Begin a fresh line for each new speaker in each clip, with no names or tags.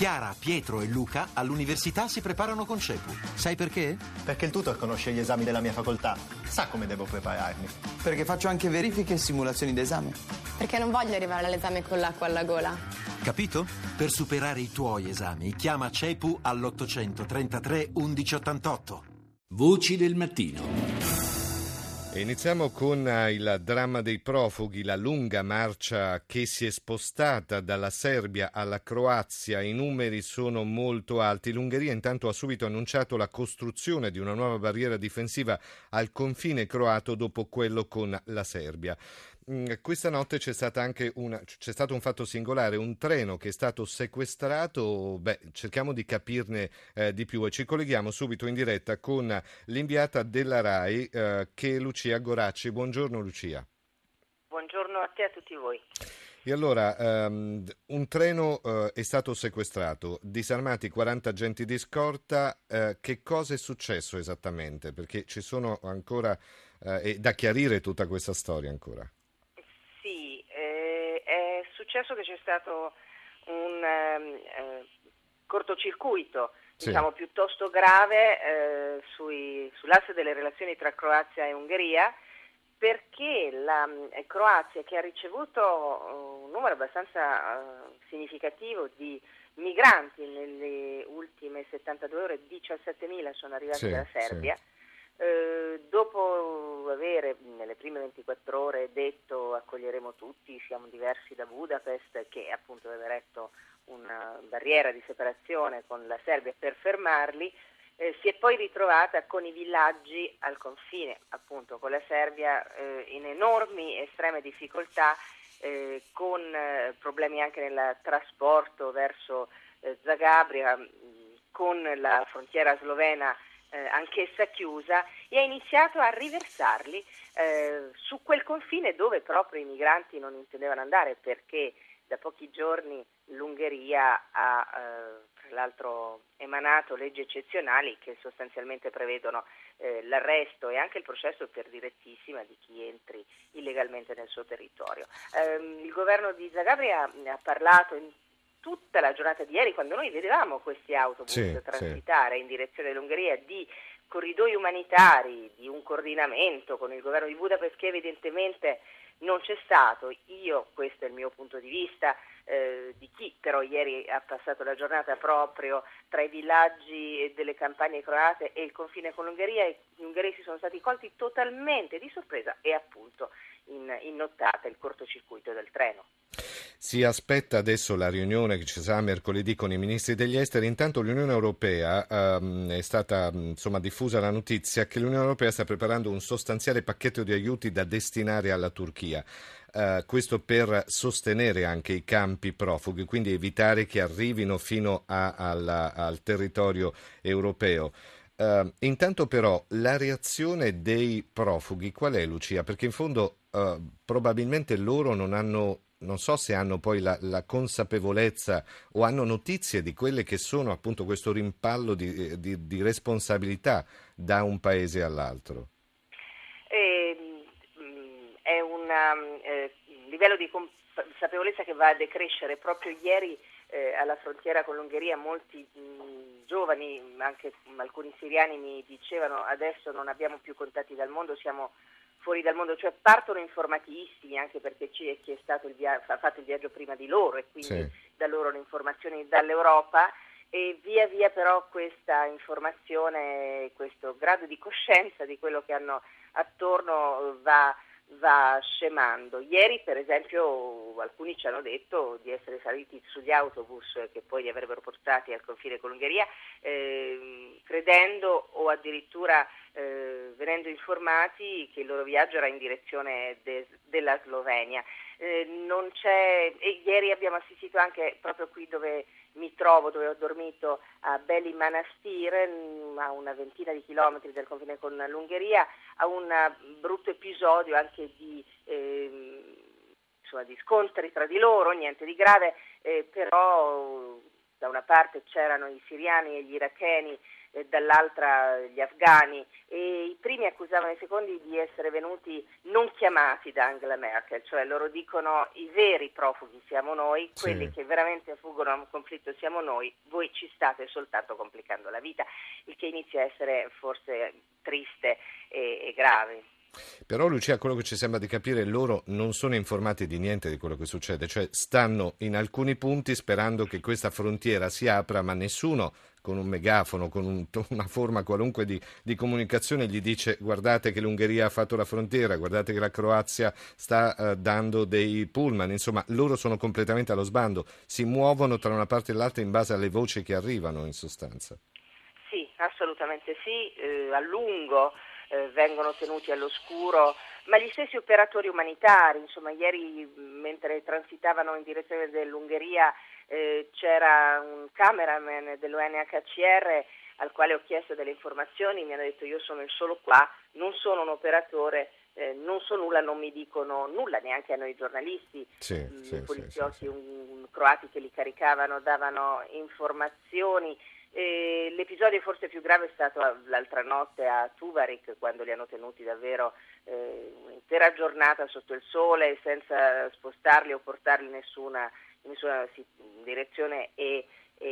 Chiara, Pietro e Luca all'università si preparano con CEPU. Sai perché?
Perché il tutor conosce gli esami della mia facoltà, sa come devo prepararmi.
Perché faccio anche verifiche e simulazioni d'esame.
Perché non voglio arrivare all'esame con l'acqua alla gola.
Capito? Per superare i tuoi esami, chiama CEPU all'833 1188.
Voci del mattino.
E iniziamo con il dramma dei profughi, la lunga marcia che si è spostata dalla Serbia alla Croazia. I numeri sono molto alti. L'Ungheria intanto ha subito annunciato la costruzione di una nuova barriera difensiva al confine croato dopo quello con la Serbia. Questa notte c'è stato un fatto singolare, un treno che è stato sequestrato. Cerchiamo di capirne di più e ci colleghiamo subito in diretta con l'inviata della RAI che è Lucia Goracci. Buongiorno Lucia.
Buongiorno a te e a tutti voi.
E allora, un treno è stato sequestrato, disarmati 40 agenti di scorta. Che cosa è successo esattamente? Perché ci sono ancora è da chiarire tutta questa storia ancora.
È successo che c'è stato un cortocircuito, diciamo, piuttosto grave sull'asse delle relazioni tra Croazia e Ungheria, perché la Croazia, che ha ricevuto un numero abbastanza significativo di migranti nelle ultime 72 ore, 17.000 sono arrivati dalla Serbia. Dopo avere nelle prime 24 ore detto accoglieremo tutti, siamo diversi da Budapest, che appunto aveva eretto una barriera di separazione con la Serbia per fermarli, si è poi ritrovata con i villaggi al confine appunto con la Serbia in enormi estreme difficoltà, con problemi anche nel trasporto verso Zagabria, con la frontiera slovena anch'essa chiusa, e ha iniziato a riversarli su quel confine dove proprio i migranti non intendevano andare, perché da pochi giorni l'Ungheria ha tra l'altro emanato leggi eccezionali che sostanzialmente prevedono l'arresto e anche il processo per direttissima di chi entri illegalmente nel suo territorio. Il governo di Zagabria ha parlato in tutta la giornata di ieri, quando noi vedevamo questi autobus transitare in direzione dell'Ungheria, di corridoi umanitari, di un coordinamento con il governo di Budapest che evidentemente non c'è stato. Questo è il mio punto di vista, di chi però ieri ha passato la giornata proprio tra i villaggi delle campagne croate e il confine con l'Ungheria, e gli ungheresi sono stati colti totalmente di sorpresa e appunto in nottata il cortocircuito del treno.
Si aspetta adesso la riunione che ci sarà mercoledì con i ministri degli esteri. Intanto l'Unione Europea è stata diffusa la notizia che l'Unione Europea sta preparando un sostanziale pacchetto di aiuti da destinare alla Turchia. Questo per sostenere anche i campi profughi, quindi evitare che arrivino fino al territorio europeo. Intanto però la reazione dei profughi qual è, Lucia? Perché in fondo probabilmente loro non so se hanno poi la consapevolezza o hanno notizie di quelle che sono appunto questo rimpallo di responsabilità da un paese all'altro.
È un livello di consapevolezza che va a decrescere. Proprio ieri alla frontiera con l'Ungheria molti giovani, anche alcuni siriani, mi dicevano: adesso non abbiamo più contatti dal mondo, siamo fuori dal mondo, cioè partono informatissimi, anche perché chi è stato ha fatto il viaggio prima di loro e quindi da loro le informazioni dall'Europa, e via via però questa informazione, questo grado di coscienza di quello che hanno attorno va scemando. Ieri per esempio alcuni ci hanno detto di essere saliti sugli autobus che poi li avrebbero portati al confine con l'Ungheria, credendo o addirittura venendo informati che il loro viaggio era in direzione della Slovenia. E ieri abbiamo assistito anche proprio qui dove mi trovo, dove ho dormito, a Beli Manastir, a una ventina di chilometri dal confine con l'Ungheria, a un brutto episodio anche di scontri tra di loro, niente di grave, però da una parte c'erano i siriani e gli iracheni, dall'altra gli afghani, e i primi accusavano i secondi di essere venuti non chiamati da Angela Merkel, cioè loro dicono: i veri profughi siamo noi, quelli che veramente fuggono da un conflitto siamo noi, voi ci state soltanto complicando la vita, il che inizia a essere forse triste e grave.
Però Lucia, quello che ci sembra di capire, loro non sono informati di niente di quello che succede, cioè stanno in alcuni punti sperando che questa frontiera si apra, ma nessuno con un megafono, con una forma qualunque di comunicazione gli dice: guardate che l'Ungheria ha fatto la frontiera, guardate che la Croazia sta dando dei pullman. Insomma, loro sono completamente allo sbando, si muovono tra una parte e l'altra in base alle voci che arrivano, in sostanza.
Sì, assolutamente sì, a lungo vengono tenuti all'oscuro, ma gli stessi operatori umanitari, insomma, ieri mentre transitavano in direzione dell'Ungheria c'era un cameraman dell'UNHCR al quale ho chiesto delle informazioni, mi hanno detto: io sono il solo qua, non sono un operatore, non so nulla, non mi dicono nulla, neanche a noi giornalisti, i poliziotti croati che li caricavano davano informazioni. L'episodio forse più grave è stato l'altra notte a Tuvarik, quando li hanno tenuti davvero un'intera giornata sotto il sole senza spostarli o portarli in nessuna direzione, e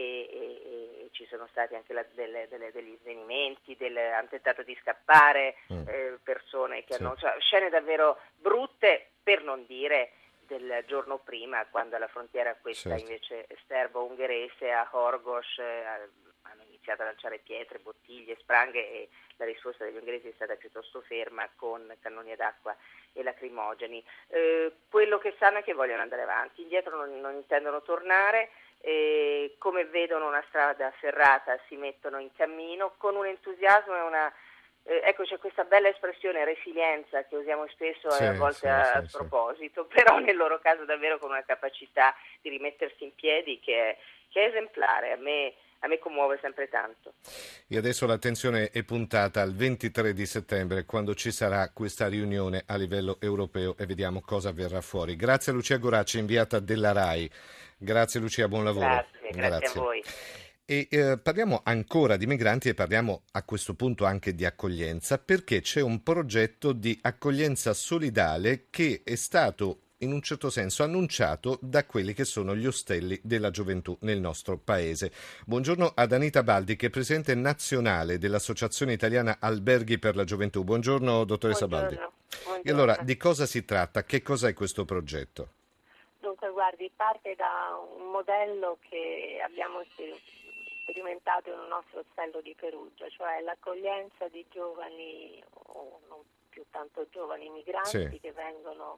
ci sono stati anche degli svenimenti, hanno tentato di scappare persone che hanno, cioè, scene davvero brutte, per non dire del giorno prima, quando alla frontiera questa invece serbo-ungherese a Horgos hanno iniziato a lanciare pietre, bottiglie, spranghe, e la risposta degli ungheresi è stata piuttosto ferma, con cannoni ad acqua e lacrimogeni. Quello che sanno è che vogliono andare avanti, indietro non intendono tornare, come vedono una strada ferrata si mettono in cammino con un entusiasmo e una... ecco, c'è questa bella espressione resilienza che usiamo spesso e a volte a sproposito, però nel loro caso davvero con una capacità di rimettersi in piedi che è esemplare. A me commuove sempre tanto.
E adesso l'attenzione è puntata al 23 di settembre, quando ci sarà questa riunione a livello europeo, e vediamo cosa verrà fuori. Grazie a Lucia Goracci, inviata della RAI. Grazie Lucia, buon lavoro.
Grazie a voi.
E parliamo ancora di migranti e parliamo a questo punto anche di accoglienza, perché c'è un progetto di accoglienza solidale che è stato in un certo senso annunciato da quelli che sono gli ostelli della gioventù nel nostro paese. Buongiorno ad Anita Baldi, che è presidente nazionale dell'Associazione Italiana Alberghi per la Gioventù. Buongiorno dottoressa Baldi.
Buongiorno.
E allora, di cosa si tratta? Che cos'è questo progetto?
Dunque, guardi, parte da un modello che abbiamo sperimentato in un nostro ostello di Perugia, cioè l'accoglienza di giovani, o non più tanto giovani migranti, che vengono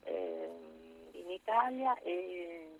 in Italia e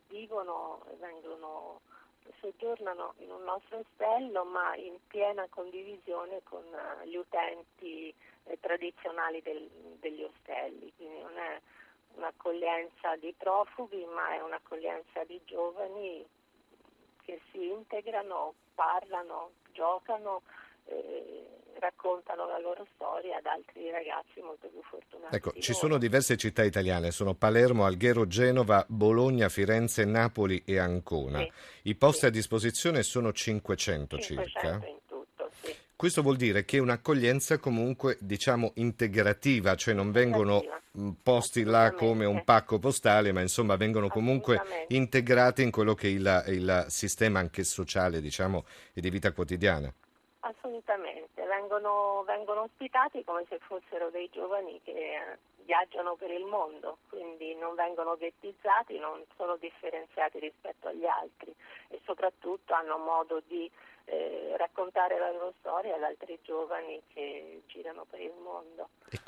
soggiornano in un nostro ostello, ma in piena condivisione con gli utenti tradizionali degli ostelli. Quindi non è un'accoglienza di profughi, ma è un'accoglienza di giovani che si integrano, parlano, giocano, raccontano la loro storia ad altri ragazzi molto più fortunati.
Ecco, ci sono diverse città italiane, sono Palermo, Alghero, Genova, Bologna, Firenze, Napoli e Ancona. I posti a disposizione sono 500 circa.
In tutto, sì.
Questo vuol dire che è un'accoglienza comunque, diciamo, integrativa, cioè non vengono posti là come un pacco postale, ma insomma vengono comunque integrati in quello che è il sistema anche sociale, diciamo, e di vita quotidiana.
Assolutamente, vengono ospitati come se fossero dei giovani che viaggiano per il mondo, quindi non vengono ghettizzati, non sono differenziati rispetto agli altri e soprattutto hanno modo di raccontare la loro storia ad altri giovani che girano per il mondo.
E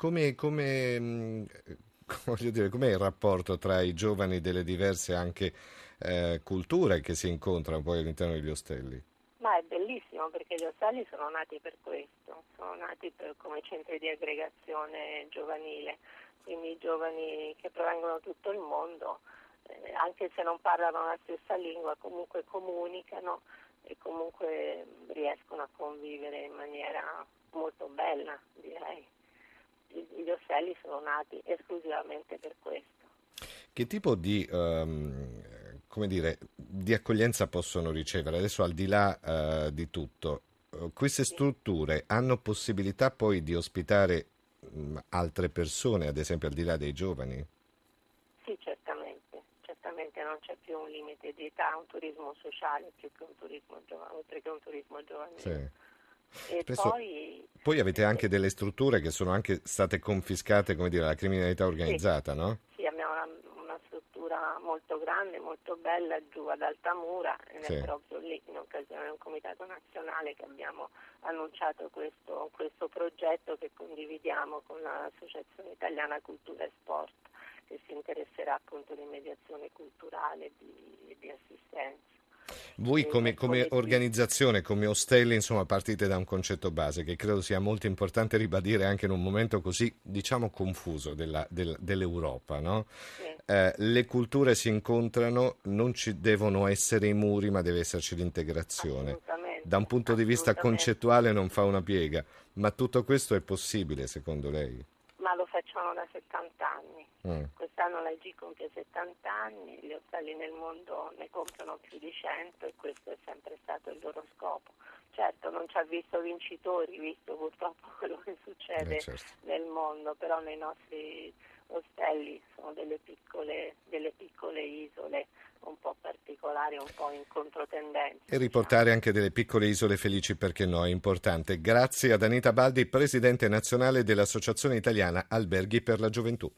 voglio dire, com'è il rapporto tra i giovani delle diverse anche culture che si incontrano poi all'interno degli ostelli?
Ma è bellissimo, perché gli ostelli sono nati per questo, sono nati come centri di aggregazione giovanile, quindi i giovani che provengono da tutto il mondo, anche se non parlano la stessa lingua, comunque comunicano e comunque riescono a convivere in maniera molto bella, direi. Gli ostelli sono nati esclusivamente per questo.
Che tipo di come dire, di accoglienza possono ricevere. Adesso, al di là di tutto, queste strutture hanno possibilità poi di ospitare altre persone, ad esempio al di là dei giovani?
Sì, certamente non c'è più un limite di età, un turismo sociale più che un turismo oltre che un turismo giovanile.
Sì.
E
poi avete anche delle strutture che sono anche state confiscate, come dire, alla criminalità organizzata, no?
Sì, abbiamo una struttura molto grande, molto bella giù ad Altamura, ed è proprio lì, in occasione di un comitato nazionale, che abbiamo annunciato questo progetto che condividiamo con l'Associazione Italiana Cultura e Sport, che si interesserà appunto di mediazione culturale e di assistenza.
Voi come organizzazione, come ostelli, insomma, partite da un concetto base che credo sia molto importante ribadire anche in un momento così, diciamo, confuso dell'Europa, no?
Sì.
Le culture si incontrano, non ci devono essere i muri, ma deve esserci l'integrazione. Da un punto di vista concettuale non fa una piega, ma tutto questo è possibile, secondo lei?
Ma lo facciamo da 70 anni. Quest'anno l'AIG compie 70 anni, gli ostelli nel mondo ne comprano più di 100 e questo è sempre stato il loro scopo. Certo, non ci ha visto vincitori, visto purtroppo quello che succede nel mondo, però nei nostri ostelli sono delle piccole isole un po' particolari, un po' in controtendenza.
E riportare anche delle piccole isole felici, perché no, è importante. Grazie ad Anita Baldi, Presidente nazionale dell'Associazione Italiana Alberghi per la Gioventù.